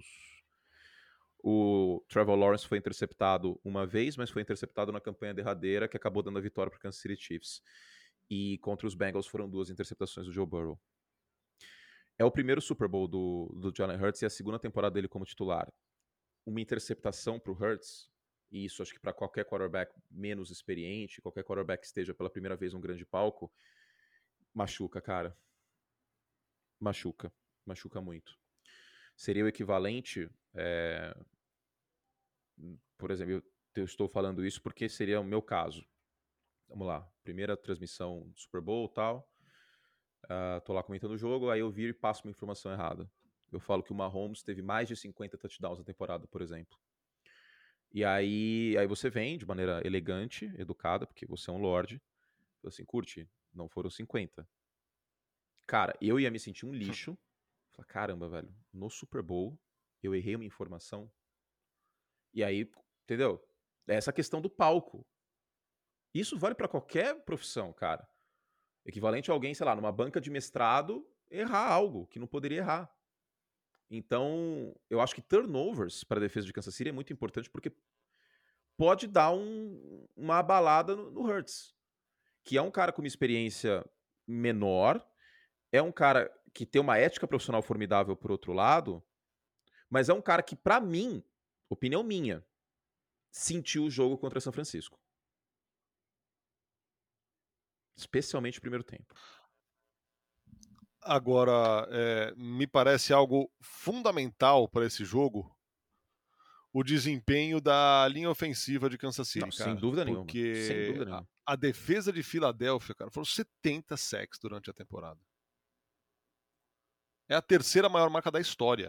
O Trevor Lawrence foi interceptado uma vez, mas foi interceptado na campanha derradeira, que acabou dando a vitória para o Kansas City Chiefs. E contra os Bengals foram duas interceptações do Joe Burrow. É o primeiro Super Bowl do, do Jalen Hurts e a segunda temporada dele como titular. Uma interceptação para o Hurts, e isso acho que para qualquer quarterback menos experiente, qualquer quarterback que esteja pela primeira vez num grande palco, machuca, cara. Machuca. Machuca muito. Seria o equivalente, é, por exemplo, eu, eu estou falando isso porque seria o meu caso. Vamos lá, primeira transmissão do Super Bowl e tal, uh, tô lá comentando o jogo, aí eu viro e passo uma informação errada. Eu falo que o Mahomes teve mais de cinquenta touchdowns na temporada, por exemplo. E aí, aí você vem de maneira elegante, educada, porque você é um lorde, fala assim, curte, não foram cinquenta. Cara, eu ia me sentir um lixo. Falar, caramba, velho, no Super Bowl eu errei uma informação. E aí Entendeu? É essa questão do palco. Isso vale pra qualquer profissão, cara. Equivalente a alguém, sei lá, numa banca de mestrado, errar algo que não poderia errar. Então, eu acho que turnovers para a defesa de Kansas City é muito importante, porque pode dar um- uma abalada no, no Hurts, que é um cara com uma experiência menor, é um cara que tem uma ética profissional formidável por outro lado, mas é um cara que, pra mim, opinião minha, sentiu o jogo contra São Francisco. Especialmente o primeiro tempo. Agora, é, me parece algo fundamental para esse jogo o desempenho da linha ofensiva de Kansas Não, City, sem cara. dúvida nenhuma. Sem Porque dúvida a, nenhuma. a defesa de Filadélfia, cara, foram setenta sacks durante a temporada. É a terceira maior marca da história.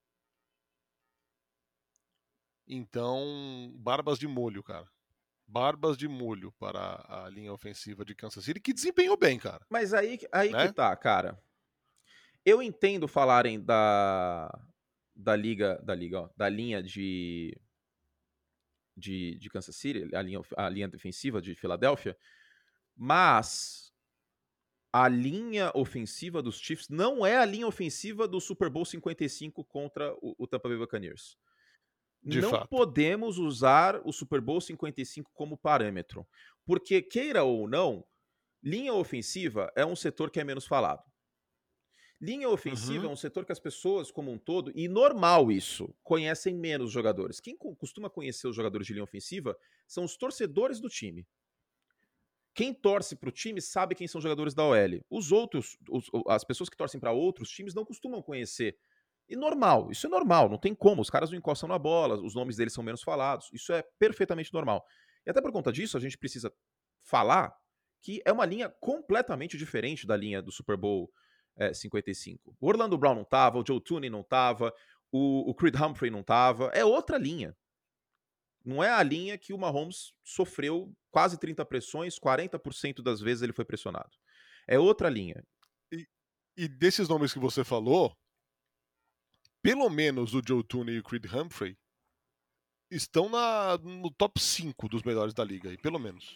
Então, barbas de molho, cara. Barbas de molho para a linha ofensiva de Kansas City, que desempenhou bem, cara. Mas aí, aí que Né? tá, cara. Eu entendo falarem da da liga, da liga, ó, da linha de, de, de Kansas City, a linha, a linha defensiva de Filadélfia, mas a linha ofensiva dos Chiefs não é a linha ofensiva do Super Bowl cinquenta e cinco contra o, o Tampa Bay Buccaneers. De Não fato. podemos usar o Super Bowl cinquenta e cinco como parâmetro, porque queira ou não, linha ofensiva é um setor que é menos falado. Linha ofensiva Uhum. é um setor que as pessoas, como um todo, e normal isso, conhecem menos jogadores. Quem costuma conhecer os jogadores de linha ofensiva são os torcedores do time. Quem torce para o time sabe quem são os jogadores da O L. Os outros, os, as pessoas que torcem para outros times não costumam conhecer. E normal, isso é normal, não tem como. Os caras não encostam na bola, os nomes deles são menos falados. Isso é perfeitamente normal. E até por conta disso, a gente precisa falar que é uma linha completamente diferente da linha do Super Bowl é, cinquenta e cinco. O Orlando Brown não tava, o Joe Tooney não tava, o, o Creed Humphrey não tava. É outra linha. Não é a linha que o Mahomes sofreu quase trinta pressões, quarenta por cento das vezes ele foi pressionado. É outra linha. E, e desses nomes que você falou, pelo menos o Joe Tooney e o Creed Humphrey estão na, no top cinco dos melhores da liga aí, pelo menos.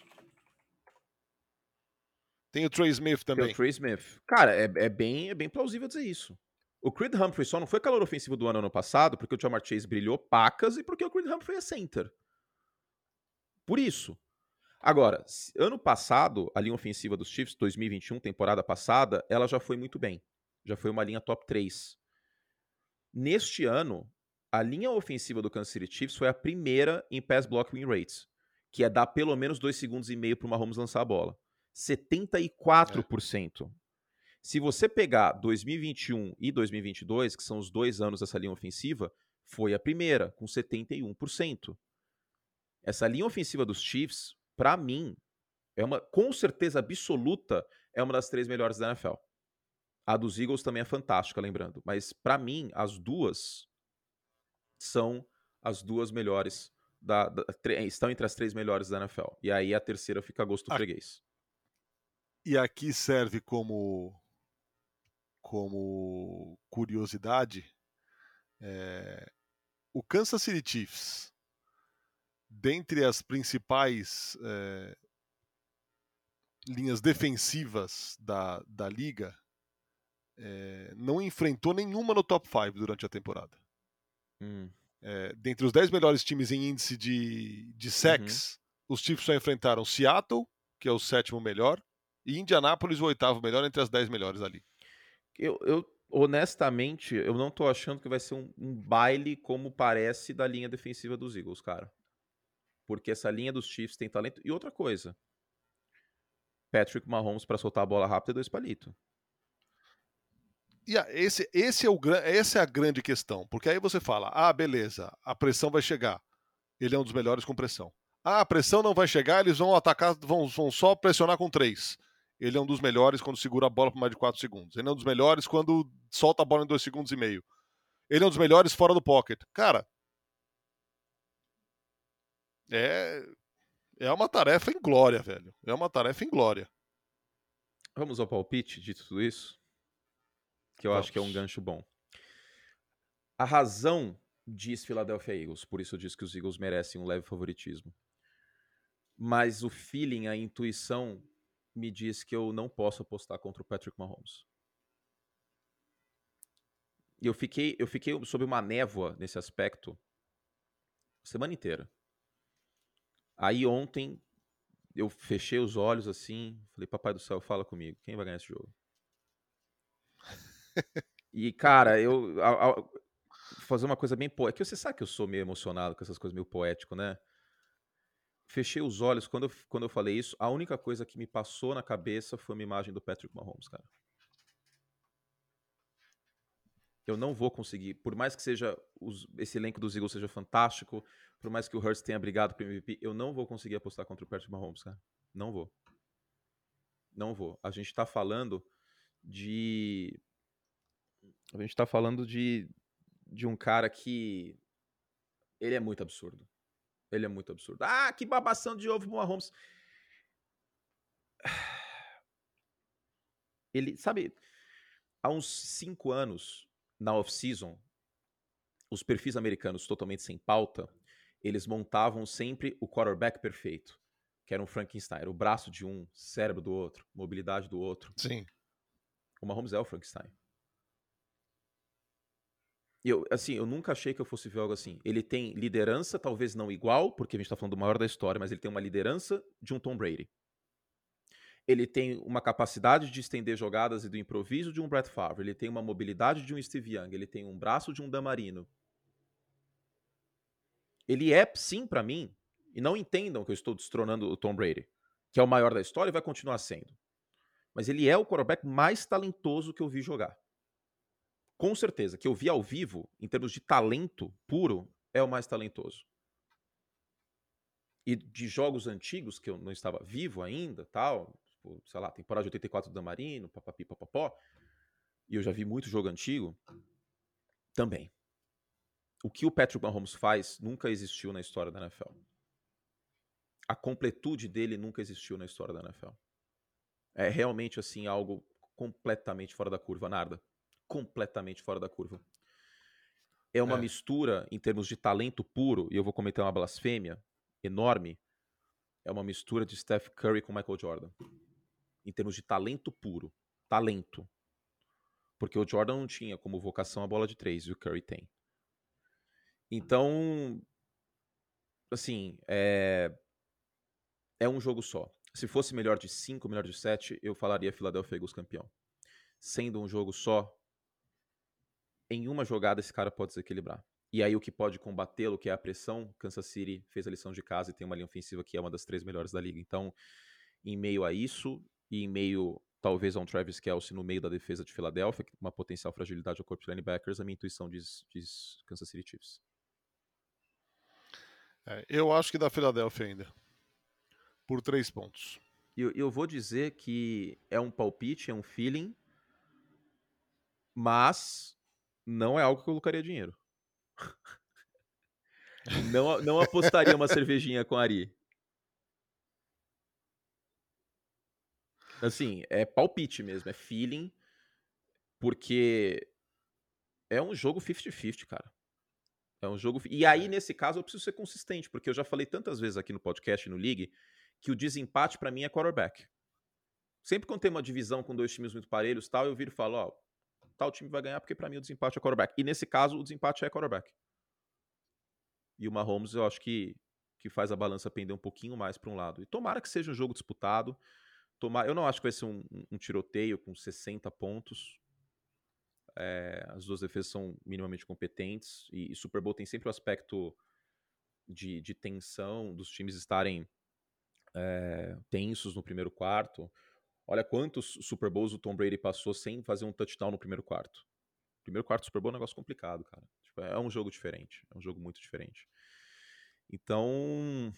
Tem o Trey Smith Tem o também. Trey Smith. Cara, é, é, bem, é bem plausível dizer isso. O Creed Humphrey só não foi calor ofensivo do ano ano passado porque o Jamar Chase brilhou pacas e porque o Creed Humphrey é center. Por isso. Agora, ano passado, a linha ofensiva dos Chiefs, dois mil e vinte e um, temporada passada, ela já foi muito bem. Já foi uma linha top três. Neste ano, a linha ofensiva do Kansas City Chiefs foi a primeira em pass block win rates, que é dar pelo menos dois segundos e meio para o Mahomes lançar a bola. setenta e quatro por cento. É. Se você pegar dois mil e vinte e um e dois mil e vinte e dois, que são os dois anos dessa linha ofensiva, foi a primeira, com setenta e um por cento. Essa linha ofensiva dos Chiefs, para mim, é uma, com certeza absoluta, é uma das três melhores da N F L. A dos Eagles também é fantástica, lembrando. Mas, para mim, as duas são as duas melhores. Da, da, estão entre as três melhores da N F L. E aí a terceira fica a gosto freguês. E aqui serve como, como curiosidade é, o Kansas City Chiefs, dentre as principais é, linhas defensivas da, da liga, é, não enfrentou nenhuma no top cinco durante a temporada. Hum. É, dentre os dez melhores times em índice de, de sacks, uhum. os Chiefs só enfrentaram Seattle, que é o sétimo melhor, e Indianápolis, o oitavo melhor, entre as dez melhores ali. Eu, eu honestamente, eu não tô achando que vai ser um, um baile como parece da linha defensiva dos Eagles, cara. Porque essa linha dos Chiefs tem talento. E outra coisa, Patrick Mahomes para soltar a bola rápida é dois palitos. E esse, esse é o, essa é a grande questão, porque aí você fala, ah, beleza, a pressão vai chegar. Ele é um dos melhores com pressão. Ah, a pressão não vai chegar, eles vão atacar, vão, vão só pressionar com três. Ele é um dos melhores quando segura a bola por mais de quatro segundos. Ele é um dos melhores quando solta a bola em dois segundos e meio. Ele é um dos melhores fora do pocket. Cara, é, é uma tarefa em glória, velho. É uma tarefa em glória. Vamos ao palpite de tudo isso? Que eu Vamos. acho que é um gancho bom. A razão diz Philadelphia Eagles, por isso eu disse que os Eagles merecem um leve favoritismo. Mas o feeling, a intuição, me diz que eu não posso apostar contra o Patrick Mahomes. E eu fiquei, eu fiquei sob uma névoa nesse aspecto a semana inteira. Aí ontem eu fechei os olhos assim, falei, papai do céu, fala comigo, quem vai ganhar esse jogo? E, cara, eu... A, a, fazer uma coisa bem poética, você sabe que eu sou meio emocionado com essas coisas meio poético, né? Fechei os olhos, quando eu, quando eu falei isso, a única coisa que me passou na cabeça foi uma imagem do Patrick Mahomes, cara. Eu não vou conseguir, por mais que seja os, esse elenco dos Eagles seja fantástico, por mais que o Hurts tenha brigado pro M V P, eu não vou conseguir apostar contra o Patrick Mahomes, cara. Não vou. Não vou. A gente tá falando de... A gente tá falando de, de um cara que... Ele é muito absurdo. Ele é muito absurdo. Ah, que babação de ovo pro Mahomes. Ele, sabe, há uns cinco anos, na off-season, os perfis americanos totalmente sem pauta, eles montavam sempre o quarterback perfeito, que era um Frankenstein, era o braço de um, cérebro do outro, mobilidade do outro. Sim. O Mahomes é o Frankenstein. E eu, assim, eu nunca achei que eu fosse ver algo assim. Ele tem liderança, talvez não igual, porque a gente tá falando do maior da história, mas ele tem uma liderança de um Tom Brady. Ele tem uma capacidade de estender jogadas e do improviso de um Brett Favre. Ele tem uma mobilidade de um Steve Young. Ele tem um braço de um Dan Marino. Ele é, sim, pra mim, e não entendam que eu estou destronando o Tom Brady, que é o maior da história e vai continuar sendo. Mas ele é o quarterback mais talentoso que eu vi jogar. Com certeza, que eu vi ao vivo, em termos de talento puro, é o mais talentoso. E de jogos antigos, que eu não estava vivo ainda, tal, tipo, sei lá, temporada de oitenta e quatro do Dan Marino, papapi, papapó, e eu já vi muito jogo antigo, também. O que o Patrick Mahomes faz nunca existiu na história da N F L. A completude dele nunca existiu na história da N F L. É realmente, assim, algo completamente fora da curva, Narda. Completamente fora da curva. É uma é. mistura, em termos de talento puro, e eu vou cometer uma blasfêmia enorme, é uma mistura de Steph Curry com Michael Jordan. Em termos de talento puro. Talento. Porque o Jordan não tinha como vocação a bola de três, e o Curry tem. Então, assim, é, é um jogo só. Se fosse melhor de cinco, melhor de sete, eu falaria Philadelphia Eagles campeão. Sendo um jogo só, em uma jogada esse cara pode desequilibrar. E aí o que pode combatê-lo, que é a pressão, Kansas City fez a lição de casa e tem uma linha ofensiva que é uma das três melhores da liga. Então, em meio a isso, e em meio, talvez, a um Travis Kelce no meio da defesa de Filadélfia, uma potencial fragilidade ao corpo de linebackers, a minha intuição diz, diz Kansas City Chiefs. É, eu acho que dá Filadélfia ainda. Por três pontos. Eu, eu vou dizer que é um palpite, é um feeling, mas não é algo que eu colocaria dinheiro. não, não apostaria uma cervejinha com a Ari. Assim, é palpite mesmo, é feeling, porque é um jogo cinquenta cinquenta, cara. É um jogo... E aí, nesse caso, eu preciso ser consistente, porque eu já falei tantas vezes aqui no podcast e no League que o desempate pra mim é quarterback. Sempre quando tem uma divisão com dois times muito parelhos, tal, eu viro e falo, ó, tal time vai ganhar porque pra mim o desempate é quarterback. E nesse caso, o desempate é quarterback. E o Mahomes, eu acho que, que faz a balança pender um pouquinho mais pra um lado. E tomara que seja um jogo disputado. Tomara... Eu não acho que vai ser um, um tiroteio com sessenta pontos. É, as duas defesas são minimamente competentes. E, e Super Bowl tem sempre o aspecto de, de tensão, dos times estarem é, tensos no primeiro quarto. Olha quantos Super Bowls o Tom Brady passou sem fazer um touchdown no primeiro quarto. Primeiro quarto do Super Bowl é um negócio complicado, cara. Tipo, é um jogo diferente. É um jogo muito diferente. Então...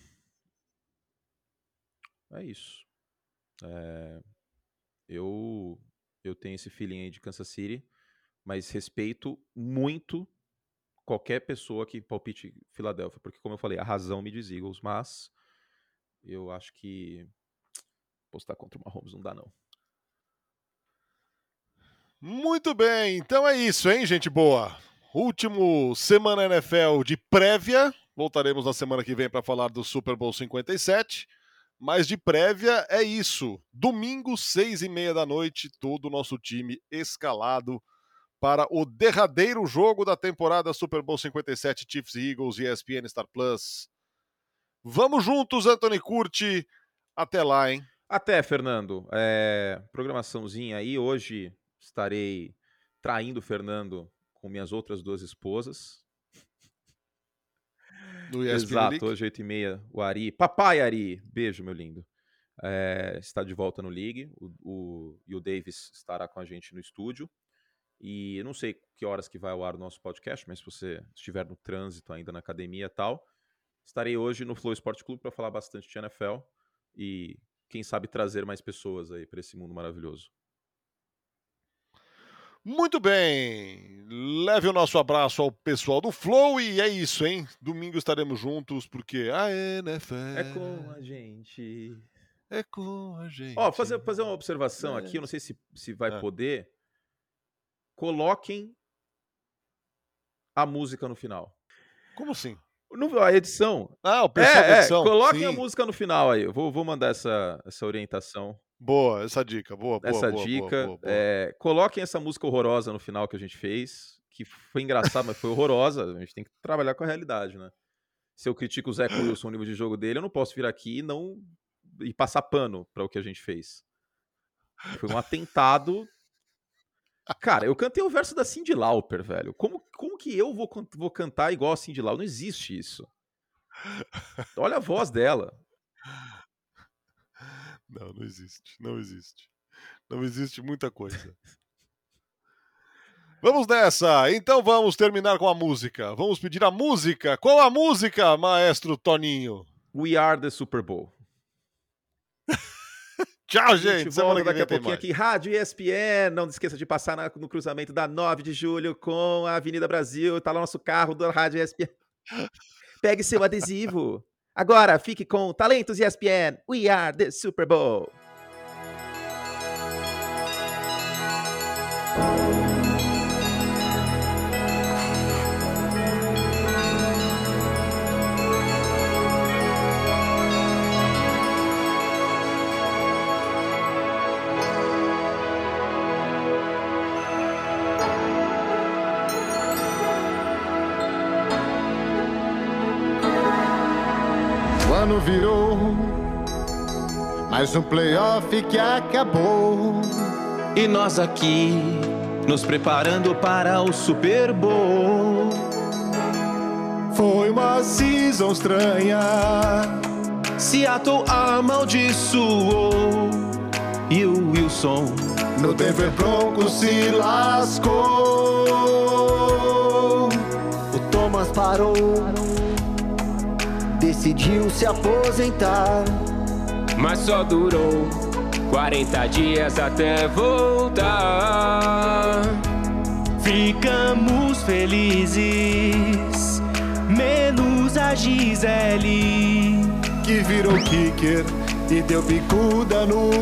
É isso. É, eu, eu tenho esse feeling aí de Kansas City, mas respeito muito qualquer pessoa que palpite Filadélfia, porque, como eu falei, a razão me diz Eagles, mas eu acho que postar contra o Mahomes não dá, não. Muito bem, então é isso, hein, gente boa? último Semana N F L de prévia. Voltaremos na semana que vem para falar do Super Bowl cinquenta e sete. Mas de prévia é isso. Domingo, seis e meia da noite, todo o nosso time escalado para o derradeiro jogo da temporada Super Bowl cinquenta e sete, Chiefs e Eagles e E S P N Star Plus. Vamos juntos, Anthony Curti. Até lá, hein? Até, Fernando. É, programaçãozinha aí. Hoje estarei traindo o Fernando com minhas outras duas esposas. No E S P N Exato, League. hoje oito e meia, o Ari. Papai, Ari. Beijo, meu lindo. É, está de volta no League. O, o, e o Davis estará com a gente no estúdio. E eu não sei que horas que vai ao ar o nosso podcast, mas se você estiver no trânsito ainda na academia e tal, estarei hoje no Flow Esporte Clube para falar bastante de N F L e, quem sabe, trazer mais pessoas aí para esse mundo maravilhoso. Muito bem. Leve o nosso abraço ao pessoal do Flow e é isso, hein? Domingo estaremos juntos porque a N F L É com a gente. É com a gente. Ó, fazer, fazer uma observação é. aqui, eu não sei se, se vai é. poder. Coloquem a música no final. Como assim? No, a edição. Ah, o pessoal é, da edição. É, coloquem Sim. a música no final aí. Eu vou, vou mandar essa, essa orientação. Boa, essa dica. Boa, boa, essa boa, dica. Boa, boa, boa. É, coloquem essa música horrorosa no final que a gente fez, que foi engraçado, mas foi horrorosa. A gente tem que trabalhar com a realidade, né? Se eu critico o Zach Wilson, o nível de jogo dele, eu não posso vir aqui e não e passar pano para o que a gente fez. Foi um atentado. Cara, eu cantei o verso da Cyndi Lauper, velho. Como, como que eu vou, vou cantar igual a Cyndi Lauper? Não existe isso. Olha a voz dela. Não, não existe. Não existe. Não existe muita coisa. Vamos nessa. Então vamos terminar com a música. Vamos pedir a música. Qual a música, maestro Toninho? We Are the Super Bowl. Tchau, gente. gente. Volta daqui a pouquinho aqui. Rádio E S P N. Não esqueça de passar na, no cruzamento da nove de julho com a Avenida Brasil. Tá lá nosso carro da Rádio E S P N. Pegue seu adesivo. Agora, fique com Talentos E S P N. We Are the Super Bowl. O ano virou, mais um playoff que acabou. E nós aqui, nos preparando para o Super Bowl. Foi uma season estranha, Seattle amaldiçoou. E o Wilson no Denver Broncos se lascou. O Thomas parou, decidiu se aposentar, mas só durou quarenta dias até voltar. Ficamos felizes, menos a Gisele, que virou kicker e deu bicuda no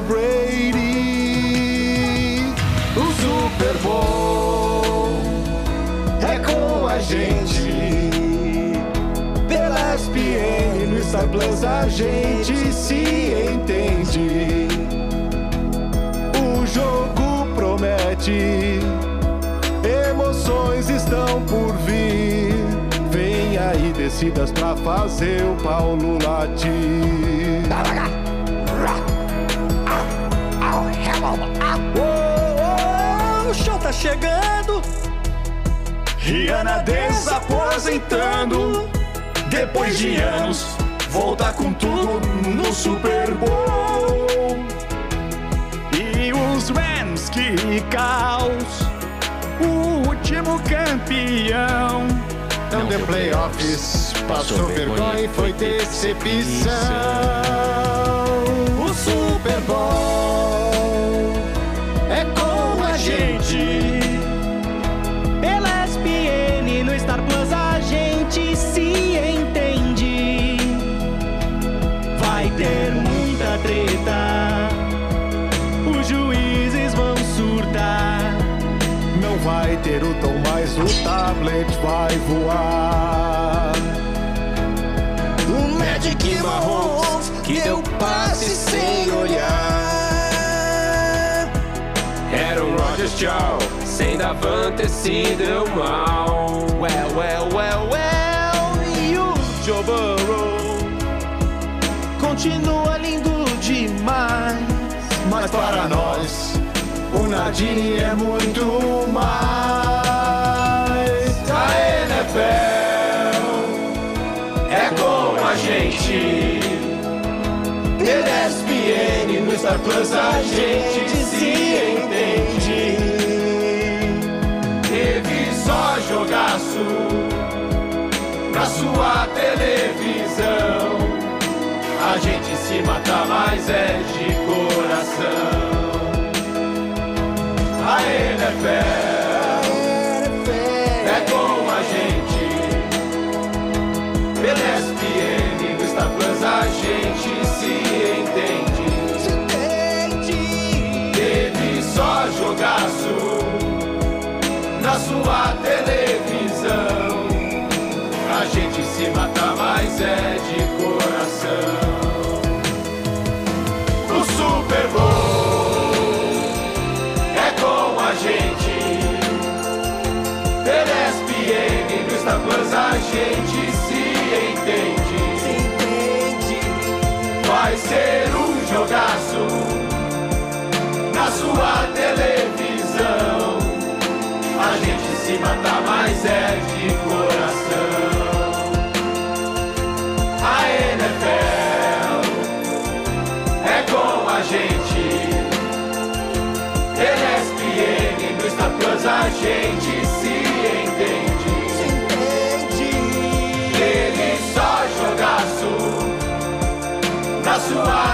Brady. O Super Bowl é com a gente. Pela E S P N, no Star Plus a gente se entende. O jogo promete, emoções estão por vir. Vem aí descidas pra fazer o Paulo latir. oh, o show tá chegando. Rihanna desaposentando. Depois de anos, volta com tudo no Super Bowl. E os Rams, que caos, o último campeão. Não deu playoffs, passou vergonha e foi decepção. O Super Bowl é com a gente. Pela E S P N, no Star Plus a gente se entende. Vai ter muita treta, os juízes vão surtar. Não vai ter o tom mais o tablet vai voar. O Magic Mahomes que deu passe sem olhar. Aaron Rodgers, tchau, sem Davante se deu mal. Well, well, well, well, e o Joe Burrow continua lindo demais. Mas para nós, o Nadine é muito mais. A N F L é com a gente. Pela S P N, no Star Plus a gente se entende. Teve só jogaço na sua televisão. A gente se mata, mas é de coração. A N F L é com a gente. Pela S P N, no Star Plus a gente se entende. Teve só jogaço na sua televisão. A gente se mata, mas é de coração. O Super Bowl é com a gente. Pela S P N, no Star Plus a gente se entende. Vai ser um jogaço na sua televisão. A gente se mata, mas é de coração. A N F L é com a gente. Pela S P N, no Star Plus a gente se entende. Ele só jogaço na sua